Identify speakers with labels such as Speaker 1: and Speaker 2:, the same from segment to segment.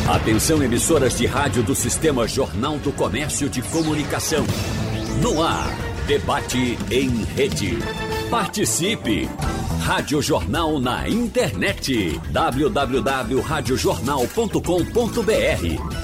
Speaker 1: Atenção, emissoras de rádio do Sistema Jornal do Comércio de Comunicação. No ar, debate em rede. Participe! Rádio Jornal na internet. www.radiojornal.com.br.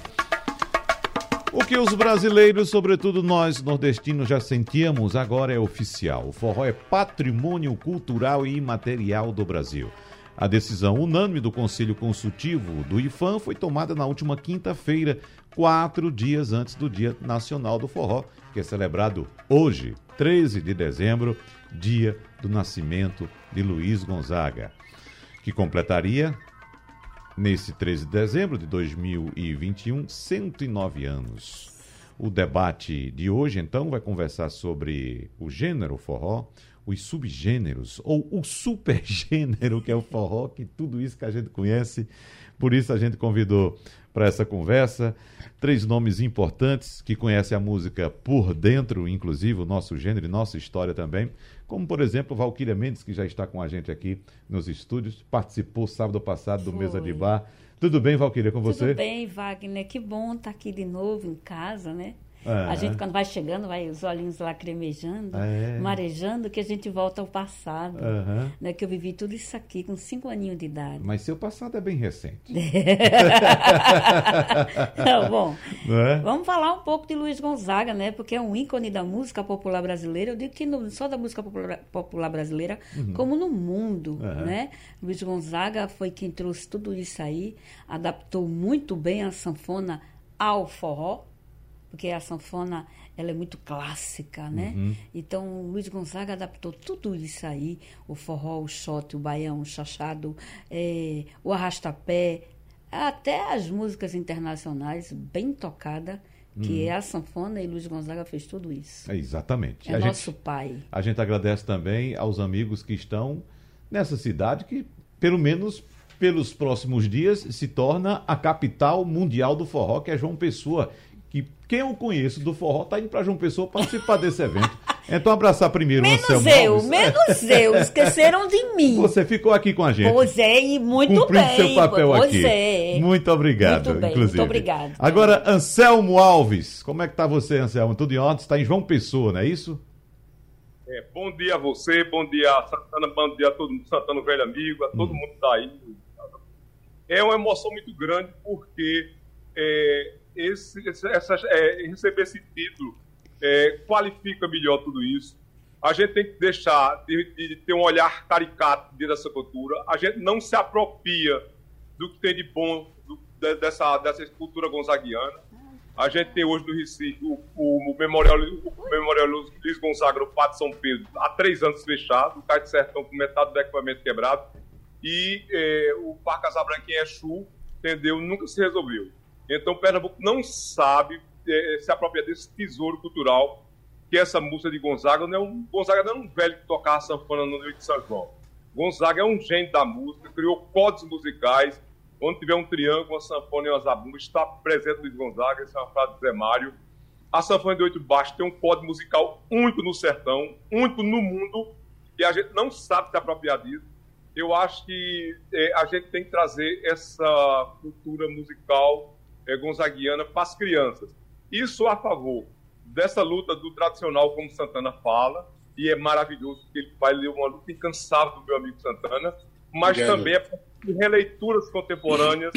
Speaker 2: O que os brasileiros, sobretudo nós nordestinos, já sentíamos, agora é oficial. O forró é patrimônio cultural e imaterial do Brasil. A decisão unânime do Conselho Consultivo do IPHAN foi tomada na última quinta-feira, 4 dias antes do Dia Nacional do Forró, que é celebrado hoje, 13 de dezembro, dia do nascimento de Luiz Gonzaga, que completaria, nesse 13 de dezembro de 2021, 109 anos. O debate de hoje, então, vai conversar sobre o gênero forró, os subgêneros, ou o supergênero, que é o forró, que tudo isso que a gente conhece. Por isso a gente convidou para essa conversa 3 nomes importantes que conhecem a música por dentro, inclusive o nosso gênero e nossa história também, como, por exemplo, Valquíria Mendes, que já está com a gente aqui nos estúdios, participou sábado passado do Mesa de Bar. Tudo bem, Valquíria, com você?
Speaker 3: Tudo bem, Wagner. Que bom estar aqui de novo em casa, né? A gente, quando vai chegando, vai os olhinhos lacrimejando, marejando, que a gente volta ao passado. Né? Que eu vivi tudo isso aqui com 5 aninhos de idade.
Speaker 2: Mas seu passado é bem recente.
Speaker 3: Então, bom, vamos falar um pouco de Luiz Gonzaga, né? Porque é um ícone da música popular brasileira. Eu digo que não só da música popular brasileira, como no mundo, né? Luiz Gonzaga foi quem trouxe tudo isso aí, adaptou muito bem a sanfona ao forró, porque a sanfona, ela é muito clássica, né? Então, o Luiz Gonzaga adaptou tudo isso aí, o forró, o xote, o baião, o chachado, o arrastapé, até as músicas internacionais bem tocadas, que é a sanfona, e Luiz Gonzaga fez tudo isso.
Speaker 2: Exatamente.
Speaker 3: É nosso pai.
Speaker 2: A gente agradece também aos amigos que estão nessa cidade, que pelo menos pelos próximos dias se torna a capital mundial do forró, que é João Pessoa. Que quem eu conheço do forró está indo para João Pessoa participar desse evento. Então, abraçar primeiro o Anselmo Alves.
Speaker 3: Menos eu, esqueceram de mim.
Speaker 2: Você ficou aqui com a gente.
Speaker 3: Pois é, e muito
Speaker 2: cumprindo
Speaker 3: bem.
Speaker 2: Seu papel
Speaker 3: pois
Speaker 2: aqui.
Speaker 3: É.
Speaker 2: Muito obrigado,
Speaker 3: muito bem,
Speaker 2: inclusive.
Speaker 3: Muito obrigado.
Speaker 2: Agora, Anselmo Alves, como é que está você, Anselmo? Tudo em ordem? Está em João Pessoa, não é isso?
Speaker 4: Bom dia a você, bom dia a Santana, bom dia a todo mundo, Santana, velho amigo, a todo mundo que está aí. É uma emoção muito grande, porque receber esse título qualifica melhor tudo isso. A gente tem que deixar de ter um olhar caricato dessa cultura. A gente não se apropria do que tem de bom dessa cultura gonzaguiana. A gente tem hoje no Recife o Memorial Luiz Gonzaga no Pátio São Pedro, há 3 anos fechado, o Cais do Sertão com metade do equipamento quebrado, e o Parque Casabranca em Exu, entendeu? Nunca se resolveu. Então, Pernambuco não sabe se apropriar desse tesouro cultural que essa música de Gonzaga. Gonzaga não é um velho que tocava sanfona no Noite de São João. Gonzaga é um gênio da música, criou códigos musicais. Onde tiver um triângulo, uma sanfona e uma zabumba, está presente Luiz Gonzaga. Essa é uma frase do Zé Mário. A sanfona de 8 baixos tem um código musical único no sertão, único no mundo, e a gente não sabe se apropriar disso. Eu acho que a gente tem que trazer essa cultura musical gonzaguiana para as crianças. Isso a favor dessa luta do tradicional, como Santana fala, e é maravilhoso, porque ele vai ler uma luta incansável do meu amigo Santana, mas também é para que releituras contemporâneas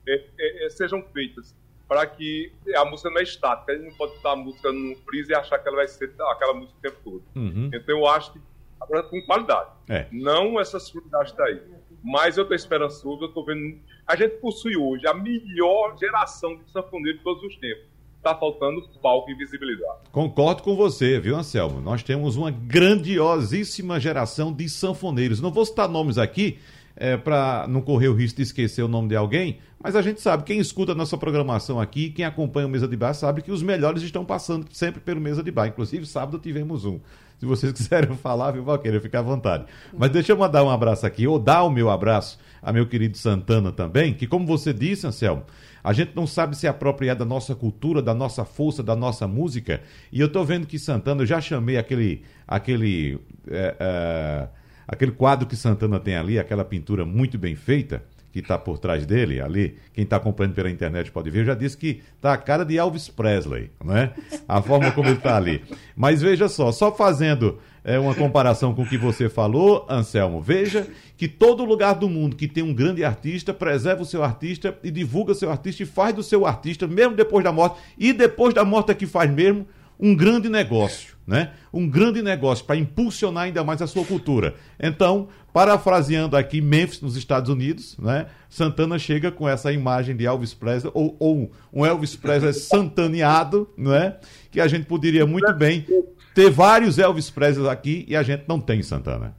Speaker 4: sejam feitas, para que a música não é estática. A gente não pode botar a música no freezer e achar que ela vai ser aquela música o tempo todo. Então eu acho que agora com qualidade, não essas frutas daí. Mas eu estou esperançoso, eu estou vendo. A gente possui hoje a melhor geração de sanfoneiros de todos os tempos. Está faltando palco e visibilidade.
Speaker 2: Concordo com você, viu, Anselmo? Nós temos uma grandiosíssima geração de sanfoneiros. Não vou citar nomes aqui, para não correr o risco de esquecer o nome de alguém, mas a gente sabe, quem escuta a nossa programação aqui, quem acompanha o Mesa de Bar, sabe que os melhores estão passando sempre pelo Mesa de Bar. Inclusive, sábado tivemos um. Se vocês quiserem falar, viu, Valquíria, fica à vontade. Mas deixa eu mandar um abraço aqui, ou dar o meu abraço a meu querido Santana também, que, como você disse, Anselmo, a gente não sabe se apropriar da nossa cultura, da nossa força, da nossa música, e eu tô vendo que Santana, eu já chamei aquele quadro que Santana tem ali, aquela pintura muito bem feita, que está por trás dele, ali, quem está acompanhando pela internet pode ver, já disse que está a cara de Elvis Presley, né? A forma como ele está ali. Mas veja só fazendo uma comparação com o que você falou, Anselmo, veja que todo lugar do mundo que tem um grande artista, preserva o seu artista e divulga o seu artista e faz do seu artista, mesmo depois da morte, e depois da morte é que faz mesmo, um grande negócio, né? Um grande negócio para impulsionar ainda mais a sua cultura. Então, parafraseando aqui Memphis, nos Estados Unidos, né? Santana chega com essa imagem de Elvis Presley, ou um Elvis Presley santaneado, né? Que a gente poderia muito bem ter vários Elvis Presley aqui e a gente não tem em Santana.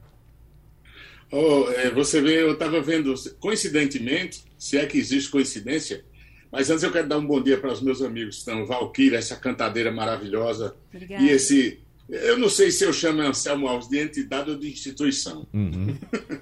Speaker 5: Você vê, eu estava vendo, coincidentemente, se é que existe coincidência, mas antes eu quero dar um bom dia para os meus amigos que estão, Valquíria, essa cantadeira maravilhosa. Obrigada. E eu não sei se eu chamo Anselmo Alves de entidade ou de instituição. Uhum.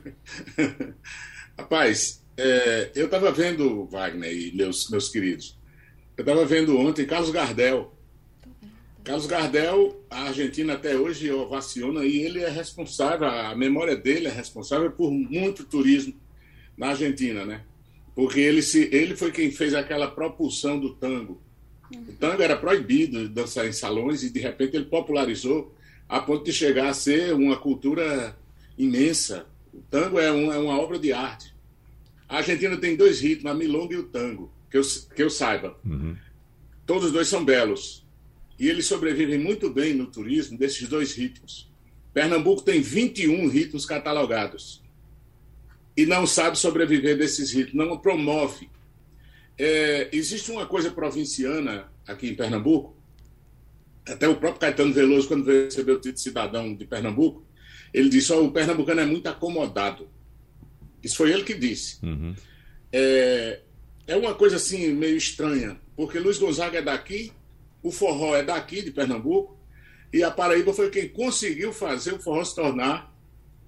Speaker 5: Rapaz, eu estava vendo, Wagner e meus queridos, eu estava vendo ontem Carlos Gardel. Carlos Gardel, a Argentina até hoje ovaciona e ele é responsável, a memória dele é responsável por muito turismo na Argentina, né? Porque ele foi quem fez aquela propulsão do tango. O tango era proibido de dançar em salões e, de repente, ele popularizou a ponto de chegar a ser uma cultura imensa. O tango é uma obra de arte. A Argentina tem 2 ritmos, a milonga e o tango, que eu saiba. Uhum. Todos os 2 são belos. E eles sobrevivem muito bem no turismo desses 2 ritmos. Pernambuco tem 21 ritmos catalogados. E não sabe sobreviver desses ritmos, não promove. Existe uma coisa provinciana aqui em Pernambuco, até o próprio Caetano Veloso, quando recebeu o título de cidadão de Pernambuco, ele disse, o pernambucano é muito acomodado. Isso foi ele que disse. Uhum. É uma coisa assim, meio estranha, porque Luiz Gonzaga é daqui, o forró é daqui, de Pernambuco, e a Paraíba foi quem conseguiu fazer o forró se tornar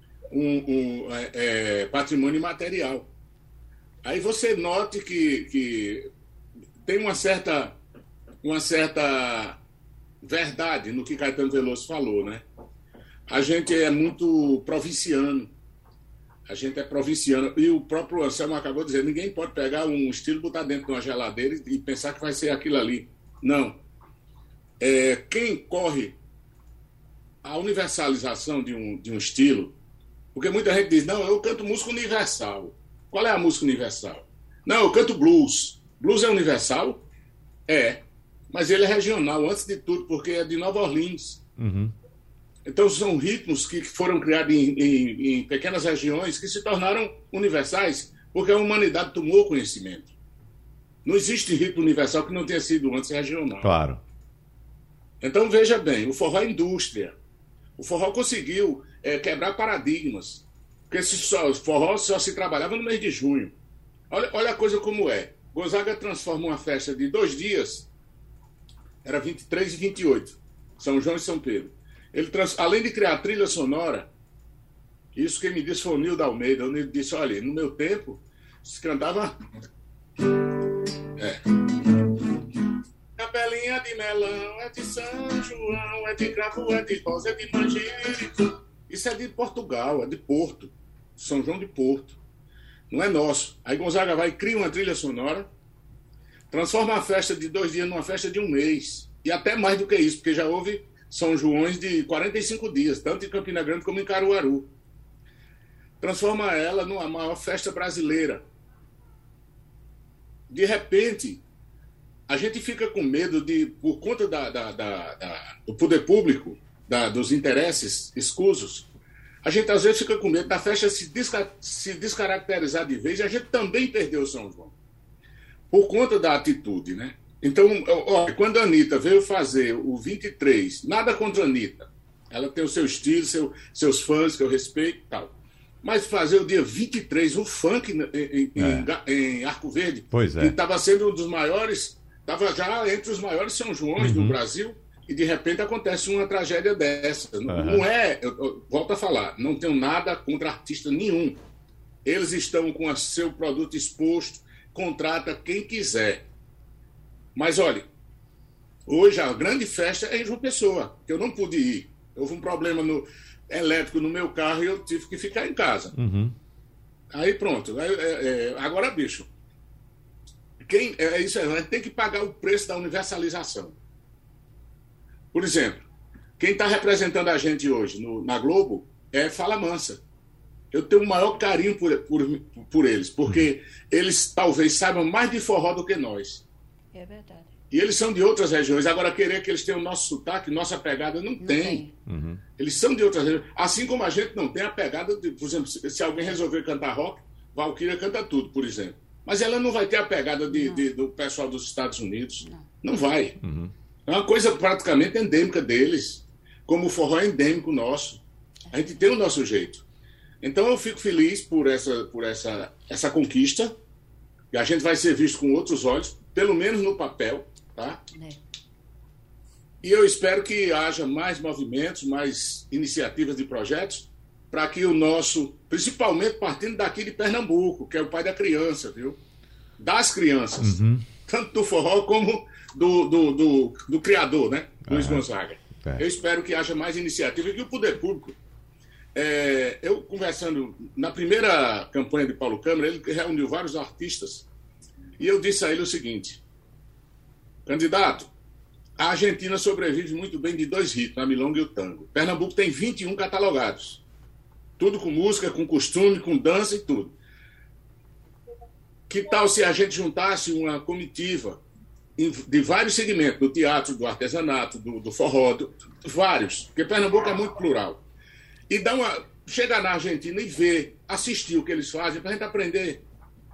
Speaker 5: patrimônio imaterial. Aí você note que tem uma certa verdade no que Caetano Veloso falou, né? A gente é muito provinciano. A gente é provinciano. E o próprio Anselmo acabou de dizer, ninguém pode pegar um estilo, botar dentro de uma geladeira e pensar que vai ser aquilo ali. Não. Quem corre a universalização de um estilo. Porque muita gente diz, não, eu canto música universal. Qual é a música universal? Não, eu canto blues. Blues é universal? É. Mas ele é regional, antes de tudo, porque é de Nova Orleans. Uhum. Então são ritmos que foram criados em pequenas regiões que se tornaram universais, porque a humanidade tomou conhecimento. Não existe ritmo universal que não tenha sido antes regional.
Speaker 2: Claro.
Speaker 5: Então veja bem, o forró é indústria. O forró conseguiu quebrar paradigmas. Porque o forró só se trabalhava no mês de junho. Olha a coisa como é. Gonzaga transforma uma festa de 2 dias, era 23 e 28, São João e São Pedro. Ele além de criar trilha sonora, isso quem me disse foi o Nildo Almeida. O Nildo disse, olha, no meu tempo, se cantava... Capelinha de melão, é de São João, é de cravo, é de rosa, é de manjericão. Isso é de Portugal, é de Porto. São João de Porto. Não é nosso. Aí Gonzaga vai e cria uma trilha sonora, transforma a festa de 2 dias numa festa de 1 mês. E até mais do que isso, porque já houve São Joões de 45 dias, tanto em Campina Grande como em Caruaru. Transforma ela numa maior festa brasileira. De repente, a gente fica com medo por conta do poder público, dos interesses escusos, a gente às vezes fica com medo da festa se descaracterizar de vez, e a gente também perdeu o São João. Por conta da atitude, né? Então, olha, quando a Anitta veio fazer o 23, nada contra a Anitta, ela tem o seu estilo, seus fãs que eu respeito e tal, mas fazer o dia 23, o funk em Arco Verde, que estava sendo um dos maiores, estava já entre os maiores São Joões do Brasil, e de repente acontece uma tragédia dessa. Não é, eu volto a falar, não tenho nada contra artista nenhum. Eles estão com o seu produto exposto, contrata quem quiser. Mas olha, hoje a grande festa é em João Pessoa, que eu não pude ir. Houve um problema elétrico no meu carro e eu tive que ficar em casa. Aí pronto. Agora, bicho, isso aí, a gente tem que pagar o preço da universalização. Por exemplo, quem está representando a gente hoje na Globo é Fala Mansa. Eu tenho o maior carinho por eles, porque eles talvez saibam mais de forró do que nós.
Speaker 3: É verdade.
Speaker 5: E eles são de outras regiões. Agora, querer que eles tenham o nosso sotaque, nossa pegada, não tem.
Speaker 2: Uhum.
Speaker 5: Eles são de outras regiões. Assim como a gente não tem a pegada de, por exemplo, se alguém resolver cantar rock, Valquíria canta tudo, por exemplo. Mas ela não vai ter a pegada do pessoal dos Estados Unidos. Não vai.
Speaker 2: Uhum.
Speaker 5: É uma coisa praticamente endêmica deles, como o forró é endêmico nosso. A gente tem o nosso jeito. Então eu fico feliz por essa conquista, e a gente vai ser visto com outros olhos, pelo menos no papel, tá? E eu espero que haja mais movimentos, mais iniciativas de projetos, para que o nosso, principalmente partindo daqui de Pernambuco, que é o pai da criança, viu? Das crianças.
Speaker 2: Uhum.
Speaker 5: Tanto do forró como do criador, né? Luiz Gonzaga. Eu espero que haja mais iniciativa e que o poder público. Eu conversando na primeira campanha de Paulo Câmara, ele reuniu vários artistas e eu disse a ele o seguinte: candidato, a Argentina sobrevive muito bem de 2 ritmos, a milonga e o tango. Pernambuco tem 21 catalogados, tudo com música, com costume, com dança e tudo. Que tal se a gente juntasse uma comitiva de vários segmentos, do teatro, do artesanato, do forró, vários, porque Pernambuco é muito plural. E chegar na Argentina e ver, assistir o que eles fazem, para a gente aprender.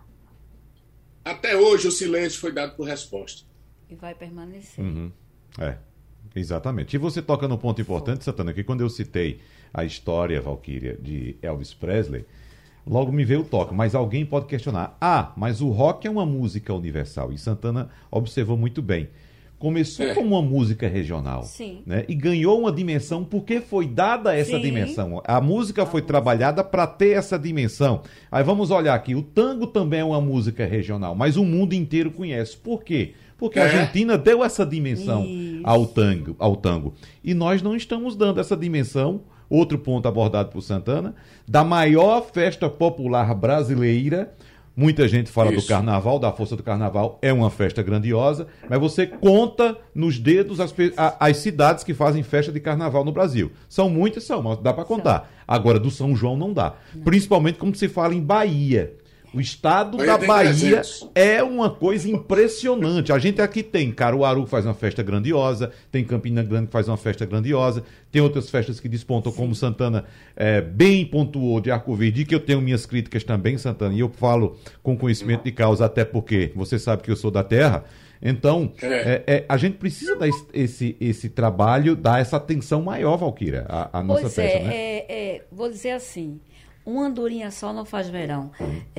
Speaker 5: Até hoje o silêncio foi dado por resposta.
Speaker 3: E vai permanecer.
Speaker 2: Uhum. Exatamente. E você toca no ponto importante, Santana, que quando eu citei a história, Valquíria, de Elvis Presley, logo me veio o toque, mas alguém pode questionar. Mas o rock é uma música universal. E Santana observou muito bem. Começou como uma música regional, né? E ganhou uma dimensão porque foi dada essa dimensão. A música foi trabalhada para ter essa dimensão. Aí vamos olhar aqui, o tango também é uma música regional, mas o mundo inteiro conhece. Por quê? Porque a Argentina deu essa dimensão ao tango. E nós não estamos dando essa dimensão, outro ponto abordado por Santana, da maior festa popular brasileira. Muita gente fala do carnaval, da força do carnaval, é uma festa grandiosa, mas você conta nos dedos as cidades que fazem festa de carnaval no Brasil. São muitas, mas dá para contar. Agora, do São João não dá. Principalmente como se fala em Bahia. O estado da Bahia é uma coisa impressionante. A gente aqui tem Caruaru, que faz uma festa grandiosa, tem Campina Grande, que faz uma festa grandiosa, tem outras festas que despontam, como Santana bem pontuou, de Arco Verde, que eu tenho minhas críticas também, Santana, e eu falo com conhecimento de causa, até porque você sabe que eu sou da terra. Então, a gente precisa dar esse trabalho, dar essa atenção maior, Valquíria, à nossa festa, né?
Speaker 3: Vou dizer assim, uma andorinha só não faz verão.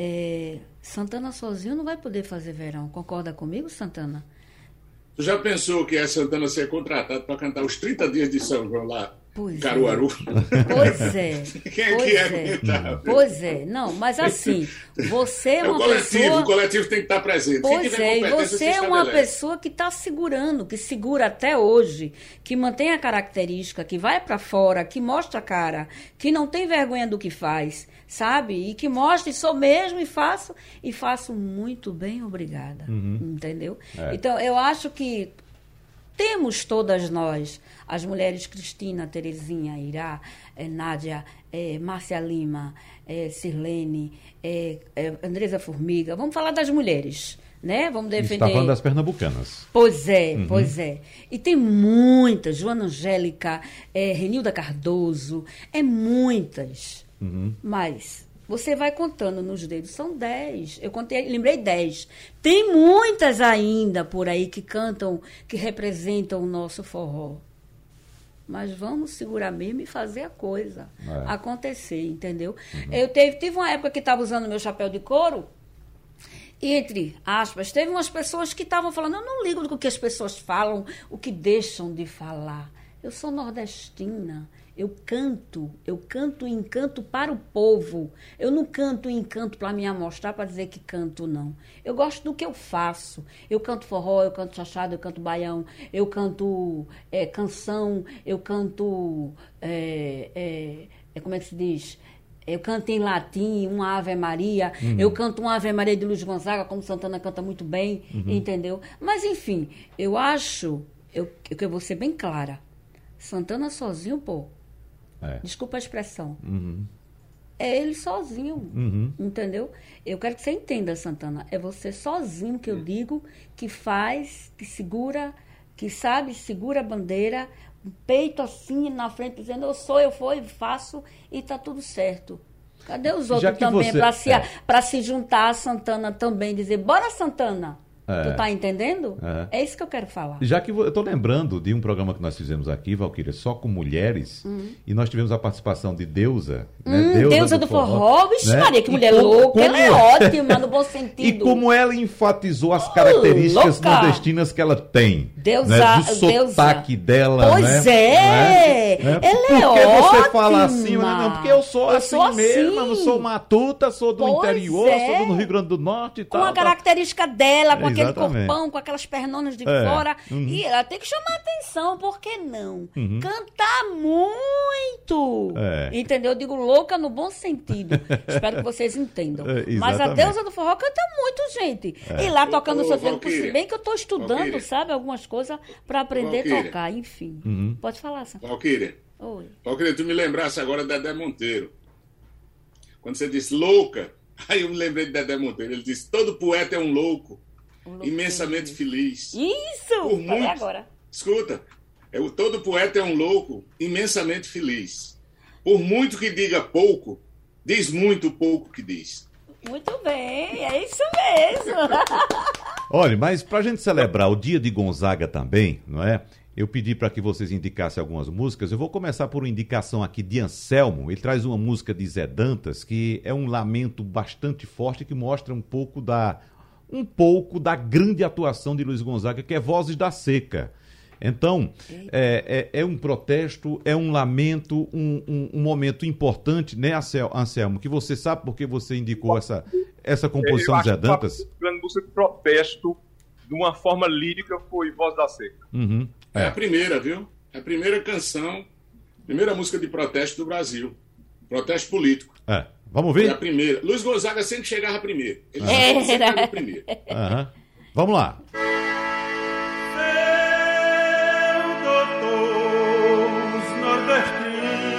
Speaker 3: Santana sozinho não vai poder fazer verão. Concorda comigo, Santana?
Speaker 5: Tu já pensou que é Santana ser contratado para cantar os 30 dias de São João lá em Caruaru?
Speaker 3: Pois é.
Speaker 5: Quem é que aguentar?
Speaker 3: Pois é. Não, mas assim, você é uma pessoa...
Speaker 5: O coletivo tem que estar presente.
Speaker 3: Pois é, e você é uma pessoa que está segurando, que segura até hoje, que mantém a característica, que vai para fora, que mostra a cara, que não tem vergonha do que faz, sabe? E que mostra, e sou mesmo, e faço muito bem, obrigada. Entendeu? Então, eu acho que temos todas nós, as mulheres Cristina, Terezinha, Irá, Nádia, Márcia Lima, Sirlene, Andresa Formiga. Vamos falar das mulheres, né? Vamos defender...
Speaker 2: Está falando das pernambucanas.
Speaker 3: Pois é. E tem muitas, Joana Angélica, Renilda Cardoso, muitas. Mas... você vai contando nos dedos, são 10. Eu contei, lembrei 10. Tem muitas ainda por aí que cantam, que representam o nosso forró. Mas vamos segurar mesmo e fazer a coisa acontecer, entendeu? Eu tive uma época que estava usando meu chapéu de couro, e, entre aspas, teve umas pessoas que estavam falando, eu não ligo do que as pessoas falam, o que deixam de falar. Eu sou nordestina. Eu canto e encanto para o povo. Eu não canto e encanto para me amostrar, para dizer que canto, não. Eu gosto do que eu faço. Eu canto forró, eu canto chachado, eu canto baião, eu canto canção, eu canto, como é que se diz? Eu canto em latim, uma Ave Maria. Eu canto uma Ave Maria de Luiz Gonzaga, como Santana canta muito bem, entendeu? Mas, enfim, eu acho, que eu vou ser bem clara. Santana sozinho, pô. Desculpa a expressão. É ele sozinho, entendeu? Eu quero que você entenda, Santana. É você sozinho que eu digo, que faz, que segura, que sabe, segura a bandeira, peito assim na frente, dizendo eu sou, eu fui, faço e tá tudo certo. Cadê os outros também para se juntar a Santana também, dizer, bora Santana? Tu tá entendendo? É isso que eu quero falar.
Speaker 2: Já que eu tô lembrando de um programa que nós fizemos aqui, Valquíria, só com mulheres, e nós tivemos a participação de Deusa, né?
Speaker 3: Deusa do Forró. Vixe, né? Maria, que mulher louca. Ela é ótima, no bom sentido.
Speaker 2: E como ela enfatizou as características nordestinas que ela tem.
Speaker 3: Deusa,
Speaker 2: né? Do sotaque dela,
Speaker 3: pois
Speaker 2: né?
Speaker 3: Ela é
Speaker 2: porque
Speaker 3: ótima.
Speaker 2: Porque você fala assim, não, porque eu sou assim mesmo, eu sou matuta, sou do interior, sou do Rio Grande do Norte e tal.
Speaker 3: Com a característica dela, com aquele corpão, com aquelas pernonas de fora. E ela tem que chamar atenção, por que não? Cantar muito. Entendeu? Eu digo louca no bom sentido. Espero que vocês entendam. Mas a Deusa do Forró canta muito, gente. E lá tocando o seu tempo, se bem que eu estou estudando, sabe, algumas coisas para aprender a tocar, enfim. Pode falar, Santa.
Speaker 5: Valquíria.
Speaker 3: Oi.
Speaker 5: Valquíria, tu me lembrasse agora da Dedé Monteiro. Quando você disse louca, aí eu me lembrei de Dedé Monteiro. Ele disse, todo poeta é um louco. Imensamente feliz.
Speaker 3: Isso! Falei agora.
Speaker 5: Escuta, todo poeta é um louco imensamente feliz. Por muito que diga pouco, diz muito pouco que diz.
Speaker 3: Muito bem, é isso mesmo.
Speaker 2: Olha, mas pra gente celebrar o dia de Gonzaga também, não é? Eu pedi para que vocês indicassem algumas músicas. Eu vou começar por uma indicação aqui de Anselmo. Ele traz uma música de Zé Dantas, que é um lamento bastante forte, que mostra um pouco da grande atuação de Luiz Gonzaga, que é Vozes da Seca. Então, é um protesto, é um lamento, um momento importante, né, Anselmo? Que você sabe porque você indicou essa composição de Zé Dantas?
Speaker 4: A grande música de protesto, de uma forma lírica, foi Voz da Seca.
Speaker 5: É a primeira, viu? É a primeira canção, primeira música de protesto do Brasil. Protesto político.
Speaker 2: Vamos ver?
Speaker 5: É a primeira. Luiz Gonzaga sempre chegava primeiro. Ele sempre chegava primeiro.
Speaker 2: Vamos lá.
Speaker 6: Doutor, nordestinos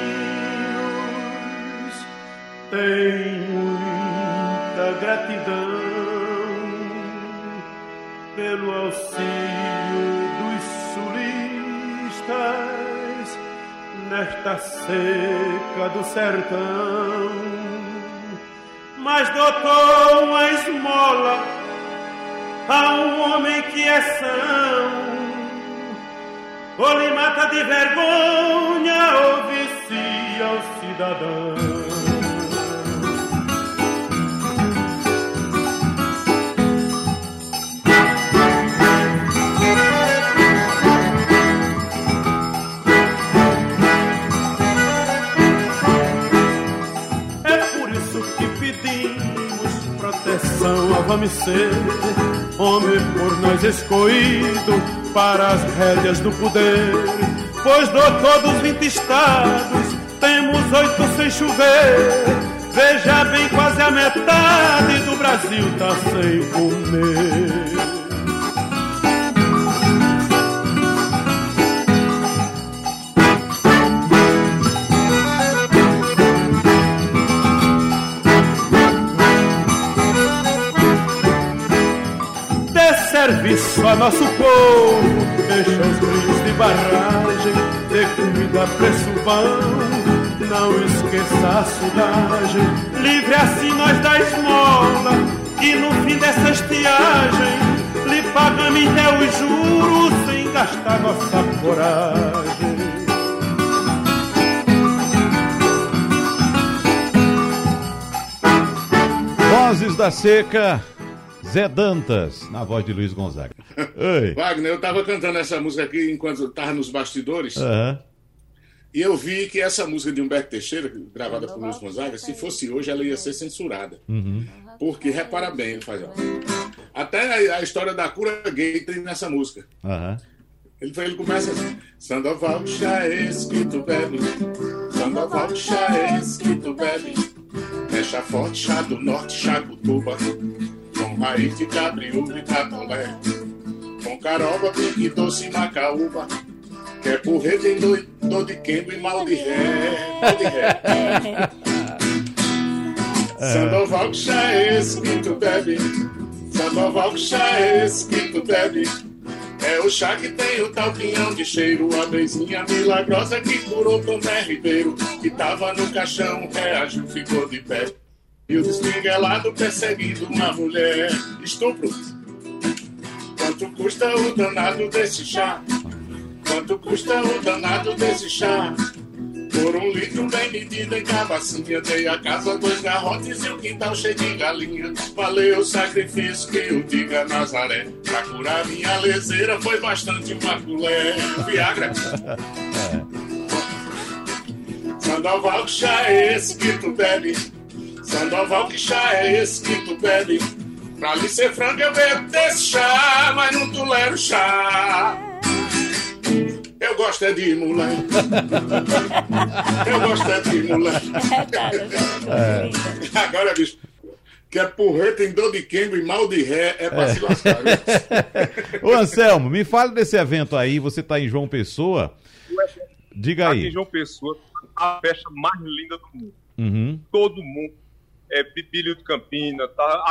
Speaker 6: têm muita gratidão pelo auxílio dos sulistas nesta seca do sertão. Mas doutor, uma esmola a um homem que é são, ou lhe mata de vergonha ou vicia o cidadão. Vamos ser homem por nós escolhido para as rédeas do poder, pois do todos os 20 estados temos 8 sem chover. Veja bem, quase a metade do Brasil tá sem comer. Serviço a nosso povo, deixa os rios de barragem, de comida preço bom, não esqueça a sudagem, livre assim nós da esmola, e no fim dessa estiagem, lhe pagamos até os juros, sem gastar nossa coragem.
Speaker 2: Vozes da Seca, Zé Dantas, na voz de Luiz Gonzaga. Oi.
Speaker 5: Wagner, eu estava cantando essa música aqui enquanto estava nos bastidores, e eu vi que essa música de Humberto Teixeira, gravada por Luiz Gonzaga, se fosse hoje, ela ia ser censurada. Porque, repara bem, ele faz... Até a história da cura gay tem nessa música. Ele começa assim: Sandoval, chá é esse que tu bebe, Sandoval, chá é esse que tu bebe, É chá forte, chá do norte, chá cutuba, com raiz de cabriúva e catolé, com caroba, pique doce e macaúba, que é porreta em dor de quembo e mal de ré. Mal de ré. Sandoval, que chá é esse que tu bebe? Sandoval, que chá é esse que tu bebe? É o chá que tem o tal pinhão de cheiro, a bezinha milagrosa que curou Tomé Ribeiro, que tava no caixão, reagiu, ficou de pé. E o desmiguelado perseguindo uma mulher. Estupro. Quanto custa o danado desse chá? Quanto custa o danado desse chá? Por 1 litro bem medido em cabacinha, dei a casa 2 garrotes e o quintal cheio de galinha. Valeu o sacrifício que o diga Nazaré, pra curar minha leseira foi bastante uma colher. Viagra. Sandoval, que chá é esse que tu bebe? Sandoval, que chá é esse que tu bebe? Pra lhe ser franco eu bebo desse chá, mas não tolero chá. Eu gosto é de mulher. Eu gosto é de mulher. Agora, bicho, que é porreta em dor de quengo e mal de ré, é pra se lascar.
Speaker 2: Ô, Anselmo, me fale desse evento aí, você tá em João Pessoa. Diga aí.
Speaker 4: Aqui em João Pessoa, a festa mais linda do mundo.
Speaker 2: Uhum.
Speaker 4: Todo mundo. Pipílio de Campina, tá,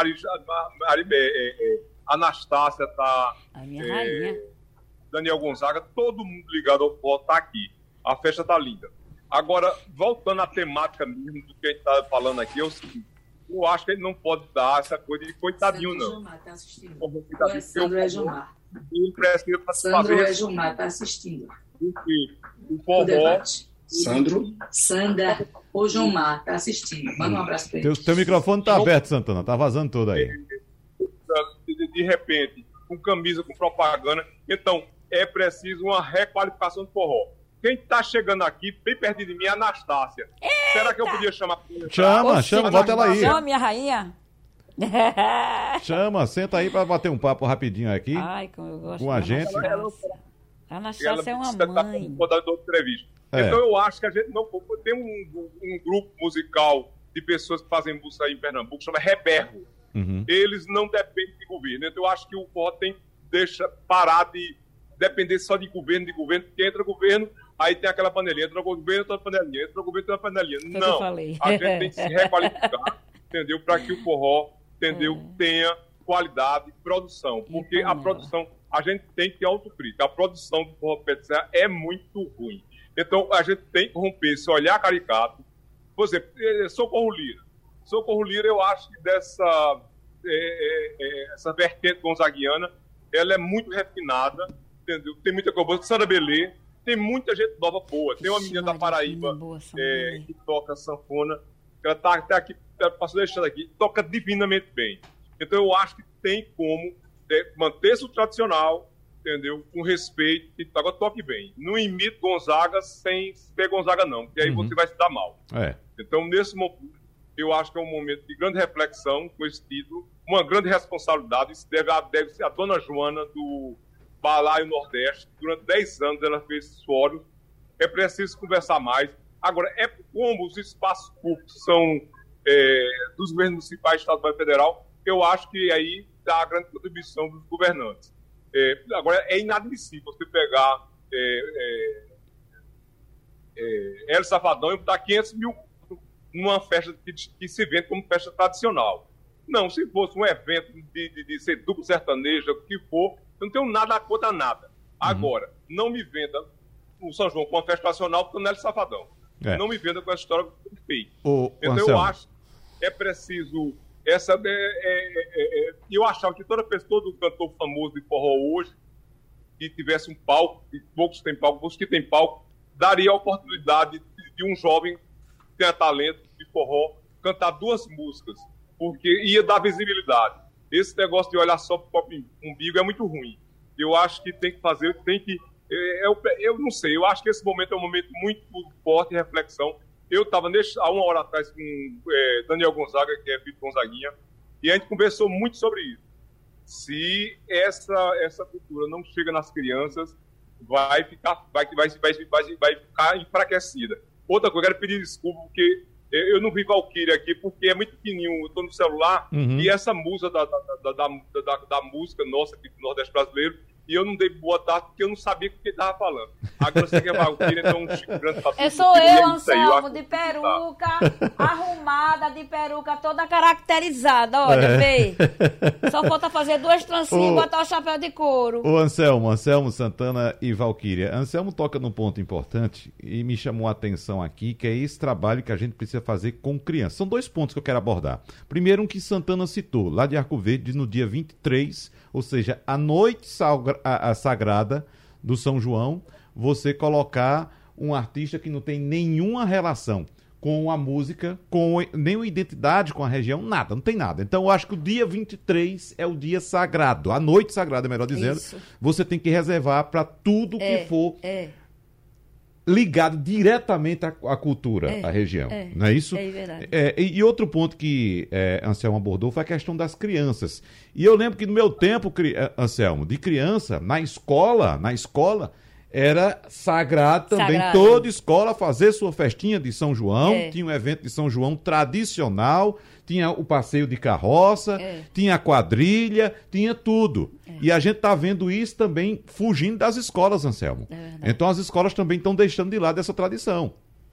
Speaker 4: Anastácia, tá.
Speaker 3: A minha rainha.
Speaker 4: Daniel Gonzaga, todo mundo ligado ao forró tá aqui. A festa tá linda. Agora, voltando à temática mesmo do que a gente tá falando aqui, é o seguinte, eu acho que ele não pode dar essa coisa de coitadinho, não.
Speaker 7: Gilmar tá assistindo. Sandro é Gilmar.
Speaker 4: Sandro
Speaker 7: é Gilmar, tá assistindo.
Speaker 4: O forró...
Speaker 7: Sandra ou Gilmar, tá assistindo. Manda um abraço pra ele.
Speaker 2: Teu microfone tá aberto, Santana, tá vazando todo aí.
Speaker 4: De repente, com camisa, com propaganda. Então, é preciso uma requalificação do forró. Quem está chegando aqui, bem perto de mim, é a Anastácia.
Speaker 3: Eita!
Speaker 4: Será que eu podia chamar?
Speaker 2: Chama, bota ela aí.
Speaker 3: Chama, minha rainha.
Speaker 2: Chama, senta aí para bater um papo rapidinho aqui.
Speaker 3: Ai, como eu gosto
Speaker 2: com a gente.
Speaker 3: A Anastácia é uma mãe.
Speaker 4: Então eu acho que a gente não tem um grupo musical de pessoas que fazem música aí em Pernambuco, chama Reberro.
Speaker 2: Uhum.
Speaker 4: Eles não dependem de governo. Então eu acho que o forró tem que parar de depender só de governo, porque entra governo, aí tem aquela panelinha, entra o governo, outra panelinha, entra o governo, outra panelinha. Não, a gente tem que se requalificar, entendeu? Para que o forró, entendeu? Tenha qualidade e produção, porque a produção, a gente tem que ter autocrítica. A produção do forró pé de serra é muito ruim. Então a gente tem que romper esse olhar caricato. Por exemplo, Socorro Lira, eu acho que essa vertente gonzaguiana, ela é muito refinada, entendeu? Tem muita coisa. Sandra Belê, tem muita gente nova boa. Tem uma menina da Paraíba que toca sanfona, ela tá até aqui, passou deixando aqui, toca divinamente bem. Então eu acho que tem como manter-se o tradicional, entendeu? Com respeito, e agora toque bem. Não imite Gonzaga sem ser Gonzaga, não, porque aí você vai se dar mal. Então, nesse momento, eu acho que é um momento de grande reflexão com esse título, uma grande responsabilidade. Isso deve ser a dona Joana do Balaio Nordeste. Durante 10 anos ela fez esse fórum. É preciso conversar mais. Agora, como os espaços públicos são dos governos municipais, estadual e federal, eu acho que aí está a grande contribuição dos governantes. Agora, é inadmissível você pegar El Safadão e botar 500 mil numa festa que se vende como festa tradicional. Não, se fosse um evento de ser duplo sertanejo, o que for, eu não tenho nada contra nada. Agora, não me venda o São João com uma festa tradicional porque não é El Safadão. Não me venda com essa história que foi feita. Então, Anselmo, eu acho que é preciso... eu achava que todo cantor famoso de forró hoje, que tivesse um palco, e poucos têm palco, poucos que têm palco, daria a oportunidade de um jovem que tenha talento de forró cantar 2 músicas, porque ia dar visibilidade. Esse negócio de olhar só para o próprio umbigo é muito ruim. Eu acho que tem que fazer, eu não sei, eu acho que esse momento é um momento muito forte de reflexão. Eu estava há 1 hora atrás com Daniel Gonzaga, que é filho de Gonzaguinha, e a gente conversou muito sobre isso. Se essa cultura não chega nas crianças, vai ficar enfraquecida. Outra coisa, eu quero pedir desculpa, porque Eu não vi Valquíria aqui porque é muito pequenininho, eu estou no celular, e essa musa da música nossa aqui do Nordeste brasileiro, e eu não dei boa tarde porque eu não sabia o que ele estava falando. Agora você quer Valquíria, então um Chico grande pra
Speaker 3: eu sou eu, Anselmo, de peruca, arrumada, de peruca, toda caracterizada, olha, vê. Só falta fazer 2 trancinhas e botar o chapéu de couro.
Speaker 2: O Anselmo Santana e Valquíria. Anselmo toca num ponto importante e me chamou a atenção aqui, que é esse trabalho que a gente precisa fazer com crianças. São 2 pontos que eu quero abordar. Primeiro, um que Santana citou, lá de Arco Verde, no dia 23, ou seja, a noite sagrada do São João, você colocar um artista que não tem nenhuma relação com a música, com nenhuma identidade com a região, nada, não tem nada. Então eu acho que o dia 23 é o dia sagrado, a noite sagrada, melhor dizendo. Isso. Você tem que reservar para tudo que for ligado diretamente à cultura, à região, não é isso?
Speaker 3: É verdade.
Speaker 2: E outro ponto que Anselmo abordou foi a questão das crianças. E eu lembro que no meu tempo, Anselmo, de criança, na escola, era sagrado também, toda escola fazer sua festinha de São João, tinha um evento de São João tradicional, tinha o passeio de carroça, tinha a quadrilha, tinha tudo. E a gente está vendo isso também fugindo das escolas, Anselmo. Então as escolas também estão deixando de lado essa tradição.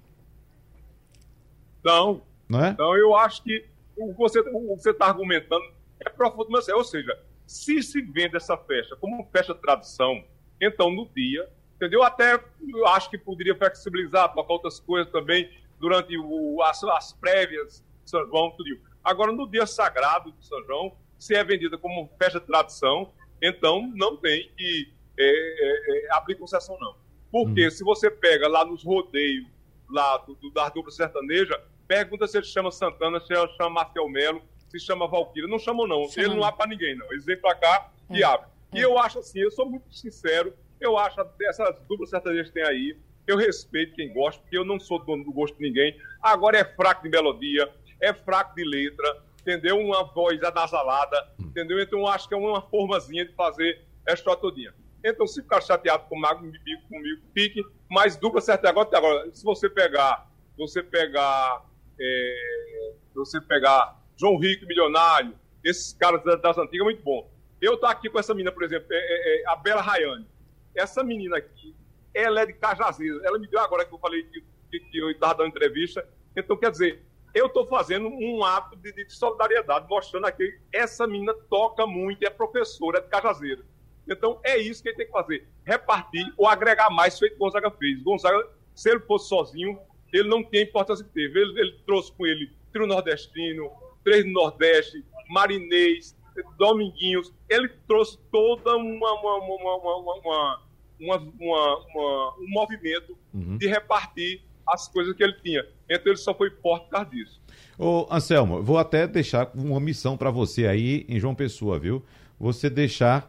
Speaker 4: Não
Speaker 2: é?
Speaker 4: Então eu acho que o que você está argumentando é profundo, mas ou seja, se vende essa festa como festa de tradição, então no dia, entendeu? Até eu acho que poderia flexibilizar, tocar outras coisas também durante as prévias de São João, tudo. Agora, no dia sagrado de São João, se é vendida como festa de tradição, então não tem que abrir concessão, não. Porque se você pega lá nos rodeios lá da dupla sertaneja, pergunta se ele chama Santana, se ele chama Marcel Melo, se chama Valquíria. Não chamam, não. Ele não abre para ninguém, não. Eles vêm para cá e abrem. E eu acho assim, eu sou muito sincero, eu acho essas duplas sertanejas que tem aí, eu respeito quem gosta, porque eu não sou dono do gosto de ninguém. Agora é fraco de melodia, é fraco de letra, entendeu? Uma voz anasalada, entendeu? Então eu acho que é uma formazinha de fazer essa história todinha. Então, se ficar chateado comigo, fique, mas dupla sertaneja. Agora, se você pegar João Rico, Milionário, esses caras das antigas, muito bom. Eu tô aqui com essa menina, por exemplo, a Bela Rayane. Essa menina aqui, ela é de Cajazeiras. Ela me deu agora que eu falei que eu estava dando entrevista. Então, quer dizer, eu estou fazendo um ato de solidariedade, mostrando aqui que essa menina toca muito, é professora, é de Cajazeiras. Então, é isso que ele tem que fazer. Repartir ou agregar mais, feito que Gonzaga fez. Gonzaga, se ele fosse sozinho, ele não tem importância que teve. Ele trouxe com ele trio nordestino, Três do Nordeste, Marinês, Dominguinhos. Ele trouxe toda um movimento de repartir as coisas que ele tinha. Então ele só foi forte por causa disso.
Speaker 2: Ô, Anselmo, vou até deixar uma missão para você aí em João Pessoa, viu? Você deixar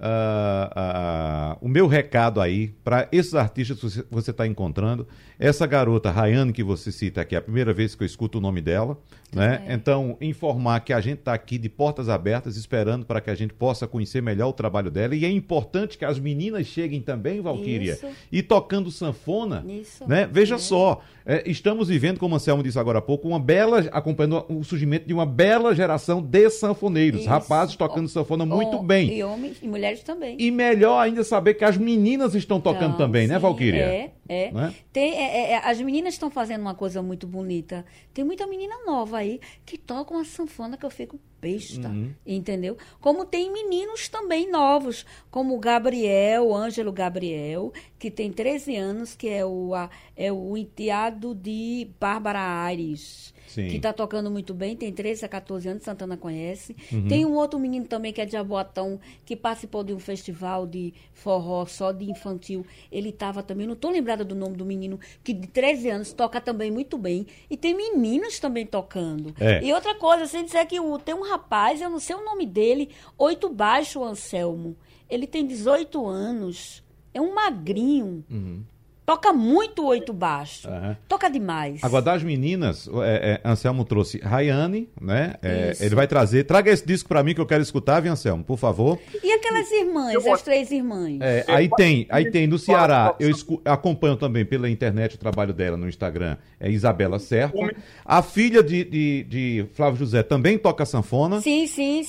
Speaker 2: o meu recado aí para esses artistas que você está encontrando. Essa garota, Rayane, que você cita aqui, é a primeira vez que eu escuto o nome dela, né? Então, informar que a gente está aqui de portas abertas, esperando para que a gente possa conhecer melhor o trabalho dela. E é importante que as meninas cheguem também, Valquíria, e tocando sanfona, né? Veja só, estamos vivendo, como o Anselmo disse agora há pouco, acompanhando o surgimento de uma bela geração de sanfoneiros, rapazes tocando sanfona muito bem.
Speaker 3: E homens e mulheres também.
Speaker 2: E melhor ainda saber que as meninas estão tocando também, né, Valquíria?
Speaker 3: Né? As meninas estão fazendo uma coisa muito bonita. Tem muita menina nova aí que toca uma sanfona que eu fico besta, entendeu? Como tem meninos também novos, como o Ângelo Gabriel, que tem 13 anos, que é o enteado de Bárbara Aires, que está tocando muito bem, tem 13 a 14 anos, Santana conhece. Tem um outro menino também que é de Jaboatão, que participou de um festival de forró só de infantil. Ele estava também, não estou lembrada do nome do menino, que de 13 anos toca também muito bem. E tem meninas também tocando. E outra coisa, sem dizer que tem um rapaz, eu não sei o nome dele, 8 baixo, Anselmo. Ele tem 18 anos, é um magrinho. Toca muito oito baixo. Toca demais.
Speaker 2: Agora, das meninas, Anselmo trouxe Rayane, né? Ele vai trazer. Traga esse disco pra mim que eu quero escutar, viu, Anselmo? Por favor.
Speaker 3: E aquelas irmãs, as três irmãs?
Speaker 2: Aí tem no Ceará, eu acompanho também pela internet o trabalho dela no Instagram, é Isabela Serpa. A filha de Flávio José também toca sanfona.
Speaker 3: Sim.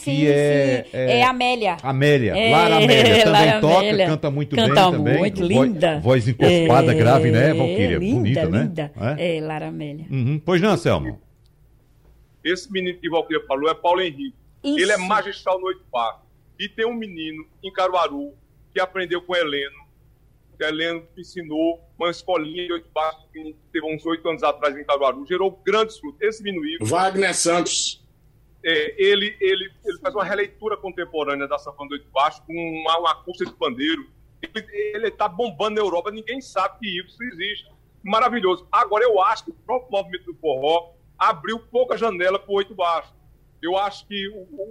Speaker 2: É
Speaker 3: Amélia.
Speaker 2: Lara Amélia também
Speaker 3: Lara
Speaker 2: toca,
Speaker 3: Amélia.
Speaker 2: canta muito
Speaker 3: Canta
Speaker 2: bem também.
Speaker 3: Muito, linda.
Speaker 2: Voz encorpada, grave, né, Valquíria?
Speaker 3: Linda,
Speaker 2: bonita,
Speaker 3: linda.
Speaker 2: né?
Speaker 3: Lara Amélia.
Speaker 2: Pois não, Anselmo?
Speaker 4: Esse menino que Valquíria falou é Paulo Henrique.
Speaker 3: Isso.
Speaker 4: Ele é magistral no oito baixo. E tem um menino em Caruaru que aprendeu com Heleno. Que Heleno ensinou uma escolinha de oito baixos que teve uns 8 anos atrás em Caruaru. Gerou grandes frutos. Esse menino Igor,
Speaker 5: Wagner Santos.
Speaker 4: Ele faz uma releitura contemporânea da sanfona do oito baixo com uma cursa de pandeiro. Ele está bombando na Europa, ninguém sabe que isso existe. Maravilhoso. Agora, eu acho que o próprio movimento do forró abriu pouca janela para o oito baixo. Eu acho que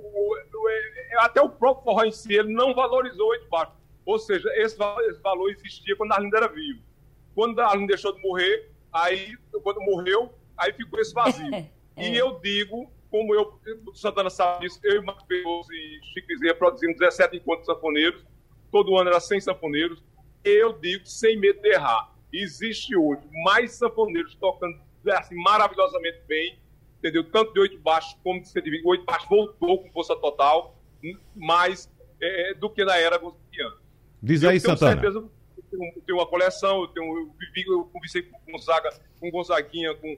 Speaker 4: até o próprio forró em si ele não valorizou o oito baixo. Ou seja, esse valor existia quando a Arlinda era viva. Quando a Arlinda deixou de morrer, quando morreu, aí ficou esse vazio. E eu digo, como o Santana sabe disso, eu e Marcos Veloso e Chico Bezerra produzimos 17 encontros sanfoneiros. Todo ano era 100 sanfoneiros. Eu digo, sem medo de errar, existe hoje mais sanfoneiros tocando assim, maravilhosamente bem, entendeu? Tanto de oito baixos como de 120. O oito baixo voltou com força total, mais do que na era gonzaguiana.
Speaker 2: Diz aí, Santana.
Speaker 4: Certeza, eu tenho uma coleção, eu conversei com Gonzaga, com Gonzaguinha, com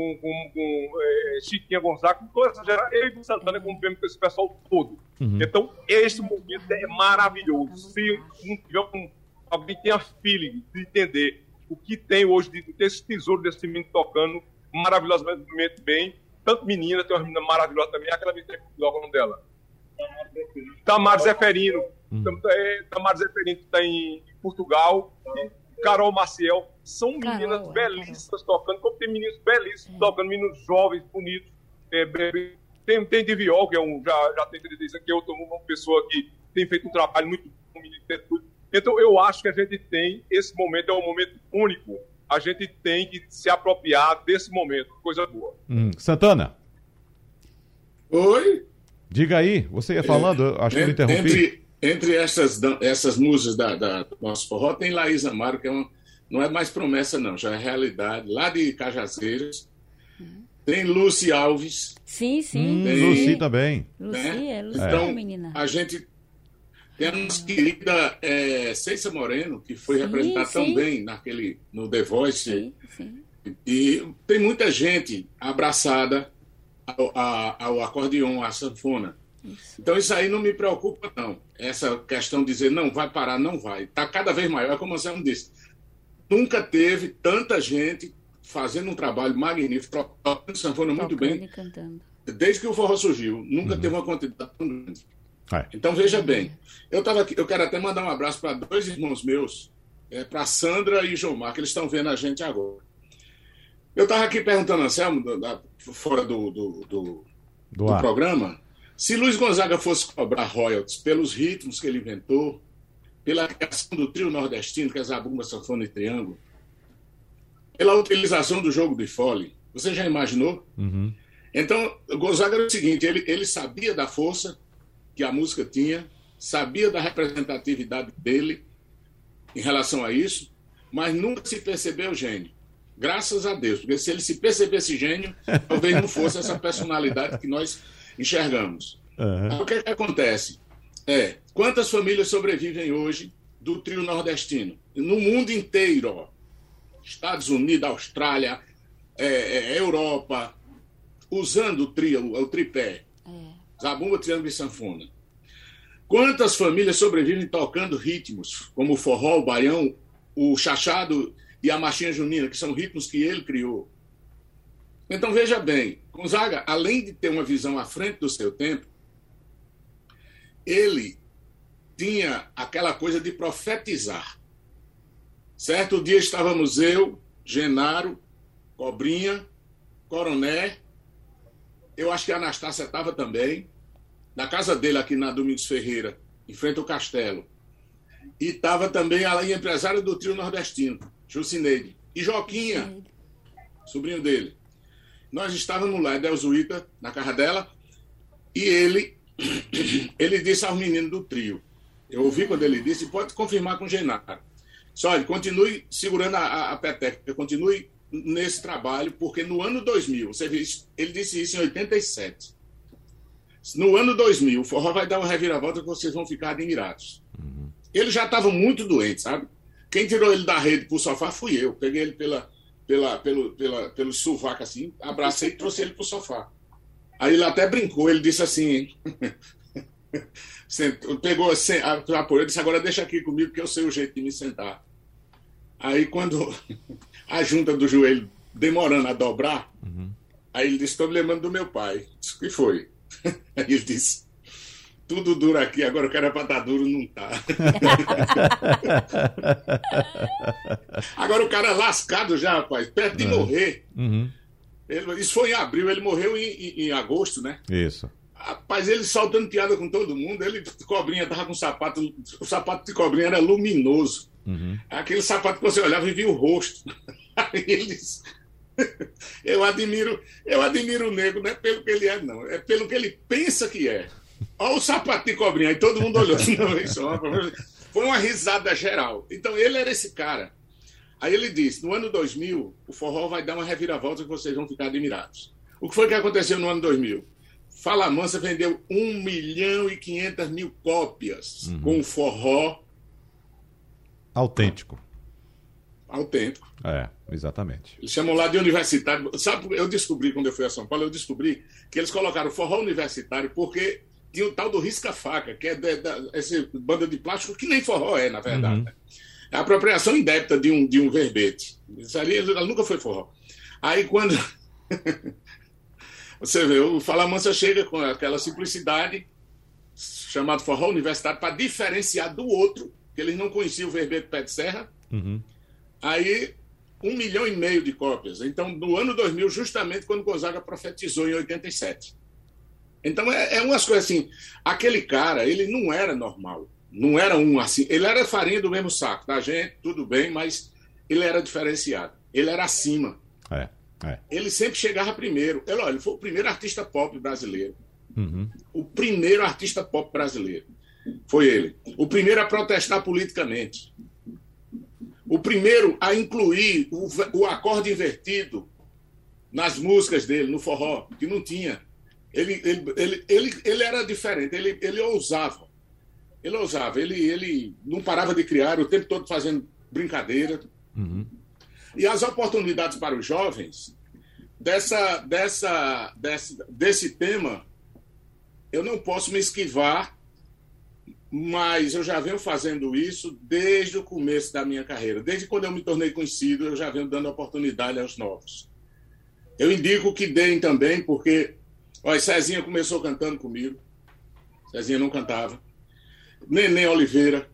Speaker 4: Chiquinha Gonzaga, com toda essa geração, eu e Santana convivemos com esse pessoal todo. Então, esse movimento é maravilhoso. Se não tiver alguém que tenha feeling de entender o que tem hoje, de ter esse tesouro desse menino tocando maravilhosamente bem, tanto menina, tem uma menina maravilhosa também, aquela menina que toca o nome dela. Tamar Zeferino. Tamar Zeferino que está em Portugal. Carol Maciel. São meninas belíssimas tocando, como tem meninos belíssimos tocando, meninos jovens, bonitos. Tem Diviol, que já tem 36 aqui, uma pessoa que tem feito um trabalho muito bom, Então, eu acho que a gente tem, esse momento é um momento único. A gente tem que se apropriar desse momento. Coisa boa.
Speaker 2: Santana.
Speaker 5: Oi?
Speaker 2: Diga aí, você ia falando, acho que eu interrompi.
Speaker 5: Entre essas musas do nosso forró, tem Laís Amaro, que não é mais promessa, não, já é realidade. Lá de Cajazeiras. Tem Lucy Alves.
Speaker 3: Sim.
Speaker 2: Tem Lucy também.
Speaker 3: Lucy
Speaker 5: então,
Speaker 3: menina.
Speaker 5: A gente tem a nossa querida Ceissa Moreno, que foi representada tão bem no The Voice.
Speaker 3: Sim.
Speaker 5: E tem muita gente abraçada ao acordeon, à sanfona.
Speaker 3: Isso.
Speaker 5: Então isso aí não me preocupa, não. Essa questão de dizer não vai parar, não vai. Está cada vez maior, é como o Anselmo disse. Nunca teve tanta gente fazendo um trabalho magnífico, tocando sanfona muito bem, desde que o forró surgiu. Nunca teve uma quantidade tão grande. Então veja bem, eu quero até mandar um abraço para 2 irmãos meus, para Sandra e Jomar, que eles estão vendo a gente agora. Eu estava aqui perguntando a Anselmo, fora do programa, se Luiz Gonzaga fosse cobrar royalties pelos ritmos que ele inventou, pela criação do trio nordestino, que é zabumba, sanfona e triângulo, pela utilização do jogo de fole, você já imaginou? Então, Gonzaga era o seguinte, ele sabia da força que a música tinha, sabia da representatividade dele em relação a isso, mas nunca se percebeu gênio. Graças a Deus, porque se ele se percebesse gênio, talvez não fosse essa personalidade que nós enxergamos. O que acontece? Quantas famílias sobrevivem hoje do trio nordestino? No mundo inteiro, Estados Unidos, Austrália, Europa, usando o tripé, zabumba, triângulo e sanfona. Quantas famílias sobrevivem tocando ritmos, como o forró, o baião, o chachado e a marchinha junina, que são ritmos que ele criou. Então, veja bem, Gonzaga, além de ter uma visão à frente do seu tempo, ele tinha aquela coisa de profetizar. Certo dia estávamos eu, Genaro, Cobrinha, Coroné, eu acho que a Anastácia estava também, na casa dele aqui na Domingos Ferreira, em frente ao castelo. E estava também a empresária do trio nordestino. Jucineide. E Joquinha, sobrinho dele. Nós estávamos lá, Delzuíta, na casa dela, e ele disse aos meninos do trio, eu ouvi quando ele disse, pode confirmar com o Genaro, só olha, continue segurando a peteca, continue nesse trabalho, porque no ano 2000, você viu, ele disse isso em 87, no ano 2000, o forró vai dar uma reviravolta que vocês vão ficar admirados. Uhum. Ele já estava muito doente, sabe? Quem tirou ele da rede pro sofá fui eu, peguei ele pelo sovaco assim, abracei e trouxe ele pro sofá. Aí ele até brincou, ele disse assim, pegou assim, apoiou, disse, agora deixa aqui comigo que eu sei o jeito de me sentar. Aí quando a junta do joelho demorando a dobrar, aí ele disse, estou me lembrando do meu pai. Disse, o que foi? Aí ele disse, tudo duro aqui, agora o cara para estar duro não tá. Agora o cara lascado já, rapaz, perto de morrer. Uhum. Isso foi em abril, ele morreu em agosto, né?
Speaker 2: Isso.
Speaker 5: Rapaz, ele soltando piada com todo mundo, ele de cobrinha tava com sapato, o sapato de cobrinha era luminoso. Uhum. Aquele sapato que você olhava e via o rosto. Aí ele disse, eu admiro o negro, não é pelo que ele é, não, é pelo que ele pensa que é. Olha o sapato de cobrinha, aí todo mundo olhou. Foi uma risada geral. Então ele era esse cara. Aí ele disse, no ano 2000, o forró vai dar uma reviravolta que vocês vão ficar admirados. O que foi que aconteceu no ano 2000? Fala Mansa vendeu 1.500.000 cópias com o forró
Speaker 2: autêntico.
Speaker 5: Autêntico.
Speaker 2: É, exatamente.
Speaker 5: Eles chamam lá de universitário. Sabe, eu descobri, quando eu fui a São Paulo, que eles colocaram forró universitário porque tinha o tal do risca-faca, que é essa banda de plástico, que nem forró é, na verdade. Uhum. A apropriação indébita de um verbete. Isso ali, ela nunca foi forró. Aí quando você vê, o Fala Mansa chega com aquela simplicidade, chamado forró universitário, para diferenciar do outro, que eles não conheciam o verbete pé de serra. Uhum. Aí, 1,5 milhão de cópias. Então, no ano 2000, justamente quando Gonzaga profetizou em 87. Então, é umas coisas assim. Aquele cara, ele não era normal. Não era um assim. Ele era farinha do mesmo saco da gente, tudo bem, mas ele era diferenciado. Ele era acima. Ele sempre chegava primeiro. Ele foi o primeiro artista pop brasileiro. Uhum. O primeiro artista pop brasileiro. Foi ele. O primeiro a protestar politicamente. O primeiro a incluir o acorde invertido nas músicas dele, no forró, que não tinha. Ele era diferente, ele ousava. Ele não parava de criar, o tempo todo fazendo brincadeira. Uhum. E as oportunidades para os jovens, desse tema, eu não posso me esquivar, mas eu já venho fazendo isso desde o começo da minha carreira. Desde quando eu me tornei conhecido, eu já venho dando oportunidade aos novos. Eu indico que deem também, porque Cezinha começou cantando comigo. Cezinha não cantava. Neném Oliveira.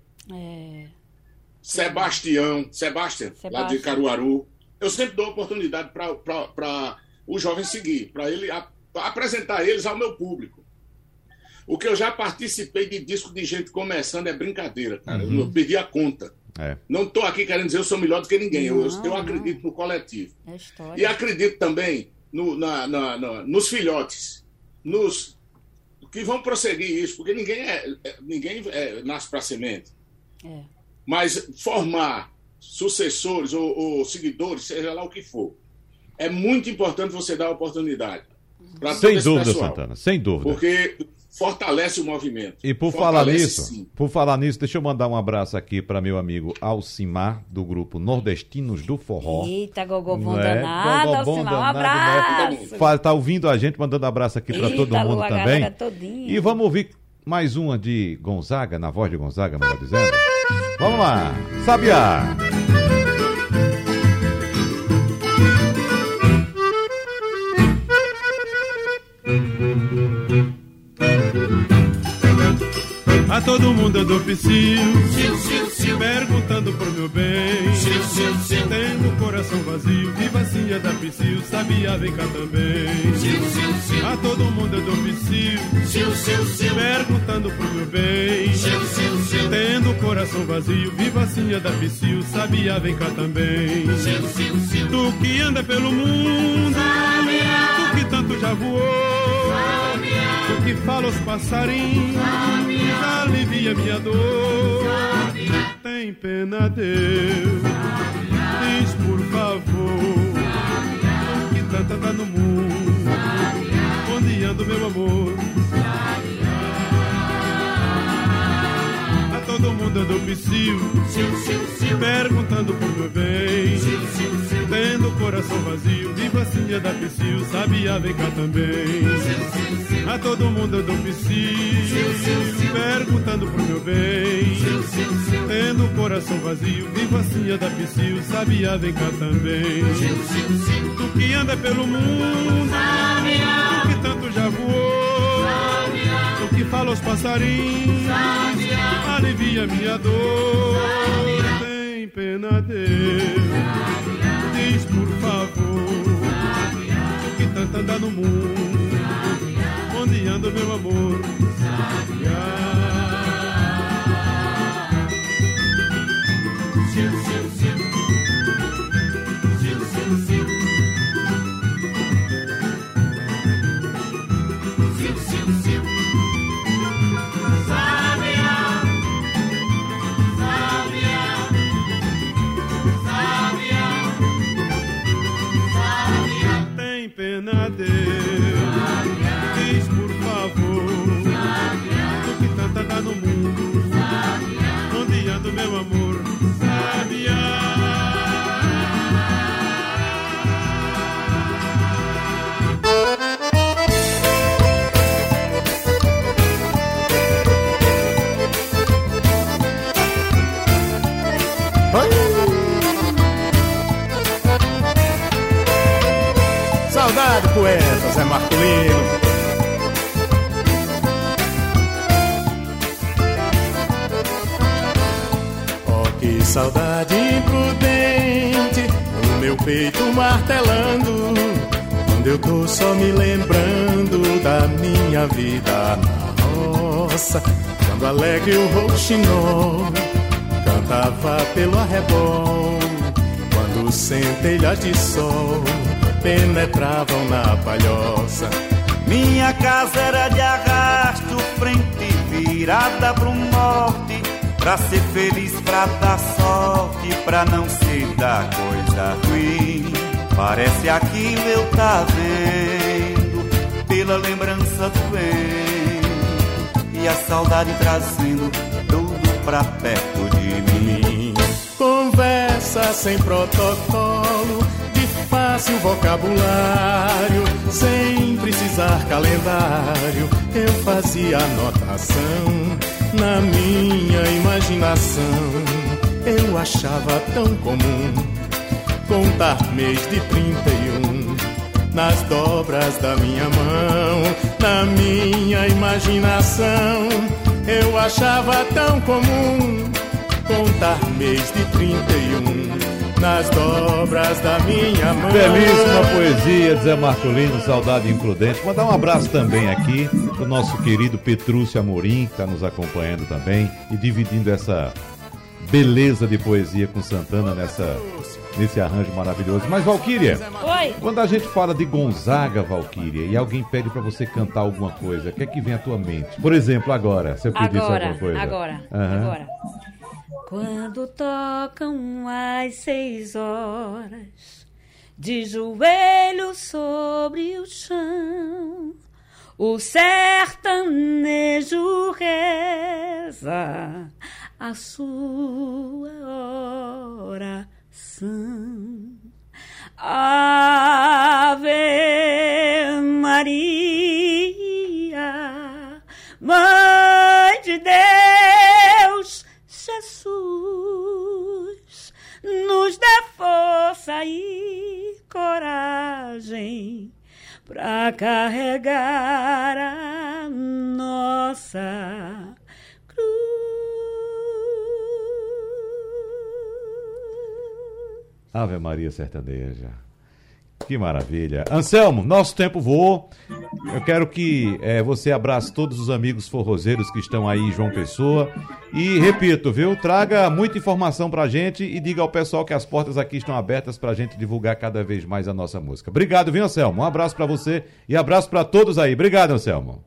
Speaker 5: Sebastião, lá de Caruaru. Eu sempre dou oportunidade para o jovem seguir, para ele apresentar eles ao meu público. O que eu já participei de disco de gente começando é brincadeira, cara. Uhum. Eu perdi a conta. Não estou aqui querendo dizer que eu sou melhor do que ninguém. Eu acredito no coletivo. E acredito também nos filhotes, nos que vão prosseguir isso, porque ninguém nasce para semente. Mas formar sucessores ou seguidores, seja lá o que for, é muito importante você dar a oportunidade.
Speaker 2: Sem dúvida, Santana, sem dúvida.
Speaker 5: Porque fortalece o movimento.
Speaker 2: E por falar nisso, deixa eu mandar um abraço aqui para meu amigo Alcimar, do grupo Nordestinos do Forró.
Speaker 3: Eita, Gogô bom danado, Alcimar, um abraço.
Speaker 2: Tá ouvindo a gente, mandando abraço aqui para todo mundo também. E vamos ouvir mais uma de Gonzaga, na voz de Gonzaga, melhor dizendo. Vamos lá, Sabiá.
Speaker 6: A todo mundo eu dou psiu, perguntando pro meu bem, tendo o coração vazio, que vacia da psiu, Sabiá vem cá também. A todo mundo eu dou psiu, perguntando pro meu bem, tendo o coração coração vazio, viva assim da Psyu, sabia, vem cá também. Tu que anda pelo mundo, tu que tanto já voou, tu que fala aos passarinhos, alivia minha dor. Tem pena, Deus, diz por favor, tu que tanto anda no mundo, onde anda meu amor? Todo mundo andou Psyu, perguntando por meu bem, tendo o coração vazio, viva assim da Psyu, sabia, vem cá também. A todo mundo andou Psyu, perguntando por meu bem, tendo o coração vazio, viva assim da Psyu, sabia, vem cá também. Tu que anda pelo mundo, tu que tanto já voou, tu que fala aos passarinhos, alivia minha dor. Tem pena, Deus, diz por favor, tu que tanto anda no mundo, onde anda meu amor? Pena, Deus, diz por favor, tu que tanto anda no mundo, onde anda meu amor? Sabia.
Speaker 8: Saudade, poeta Zé Marcolino. Oh, que saudade imprudente, o meu peito martelando, quando eu tô só me lembrando da minha vida na roça, quando alegre o rouxinol cantava pelo arrebol, quando centelhas de sol penetravam na palhoça.
Speaker 9: Minha casa era de arrasto, frente virada pro norte, pra ser feliz, pra dar sorte, pra não se dar coisa ruim. Parece aquilo eu tá vendo, pela lembrança doendo, e a saudade trazendo tudo pra perto de mim.
Speaker 8: Conversa sem protocolo, fácil vocabulário, sem precisar calendário, eu fazia anotação na minha imaginação. Eu achava tão comum contar mês de 31 nas dobras da minha mão. Na minha imaginação eu achava tão comum contar mês de 31 nas dobras da minha mão.
Speaker 2: Belíssima poesia de Zé Marcolino, Saudade Imprudente. Mandar um abraço também aqui pro nosso querido Petrúcio Amorim, que está nos acompanhando também e dividindo essa beleza de poesia com Santana nesse arranjo maravilhoso. Mas, Valquíria,
Speaker 3: oi.
Speaker 2: Quando a gente fala de Gonzaga, Valquíria, e alguém pede para você cantar alguma coisa, o que é que vem à tua mente? Por exemplo, agora, se eu pedisse alguma coisa.
Speaker 3: Agora. Quando tocam as 6 horas, de joelho sobre o chão, o sertanejo reza a sua oração. Ave Maria, Mãe de Deus, Jesus, nos dê força e coragem pra carregar a nossa cruz.
Speaker 2: Ave Maria sertaneja. Que maravilha. Anselmo, nosso tempo voou. eu quero que você abrace todos os amigos forrozeiros que estão aí em João Pessoa. E repito, viu? Traga muita informação pra gente e diga ao pessoal que as portas aqui estão abertas pra gente divulgar cada vez mais a nossa música. Obrigado, viu, Anselmo? Um abraço pra você e abraço pra todos aí. Obrigado, Anselmo.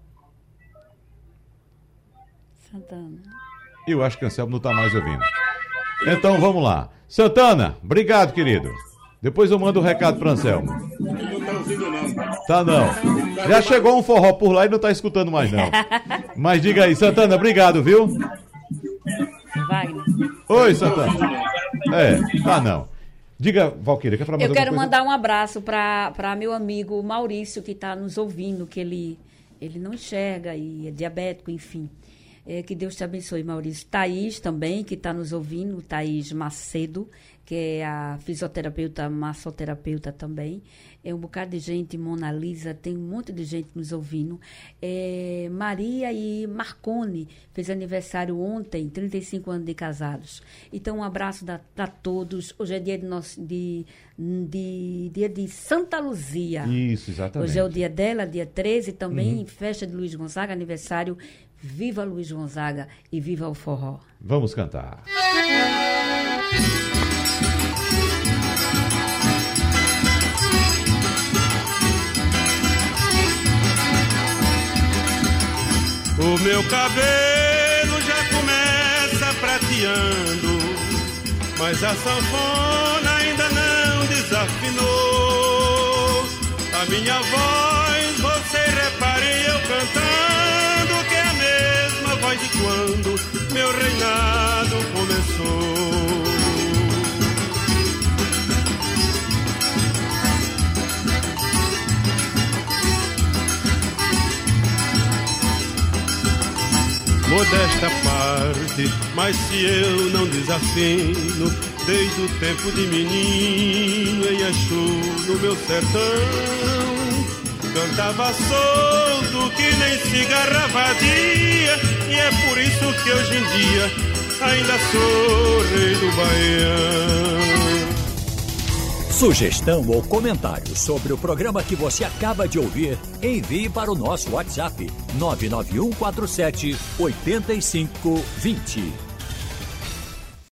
Speaker 3: Santana.
Speaker 2: Eu acho que o Anselmo não tá mais ouvindo. Então, vamos lá. Santana, obrigado, querido. Depois eu mando um recado pro Anselmo.
Speaker 5: Ele não tá ouvindo, não.
Speaker 2: Tá, não. Já chegou um forró por lá e não tá escutando mais, não. Mas diga aí, Santana, obrigado, viu?
Speaker 3: Wagner.
Speaker 2: Oi, Santana. Tá, não. Diga, Valquíria, quer falar mais
Speaker 3: Eu quero
Speaker 2: alguma coisa?
Speaker 3: mandar um abraço para meu amigo Maurício, que está nos ouvindo, que ele não enxerga e é diabético, enfim. Que Deus te abençoe, Maurício. Thaís também, que está nos ouvindo, Thaís Macedo, que é a fisioterapeuta, massoterapeuta também. É um bocado de gente, Mona Lisa, tem um monte de gente nos ouvindo. Maria e Marcone fez aniversário ontem, 35 anos de casados. Então, um abraço para todos. Hoje é dia dia de Santa Luzia.
Speaker 2: Isso, exatamente.
Speaker 3: Hoje é o dia dela, dia 13, também festa de Luiz Gonzaga, aniversário. Viva Luiz Gonzaga e viva o forró.
Speaker 2: Vamos cantar.
Speaker 6: O meu cabelo já começa prateando, mas a sanfona ainda não desafinou. A minha voz, você repare eu cantando, que é a mesma voz de quando meu reinado começou. Modesta parte, mas se eu não desafino, desde o tempo de menino, em Exu no meu sertão, cantava solto que nem cigarra vadia, e é por isso que hoje em dia ainda sou rei do Baião.
Speaker 1: Sugestão ou comentário sobre o programa que você acaba de ouvir, envie para o nosso WhatsApp 99147 8520.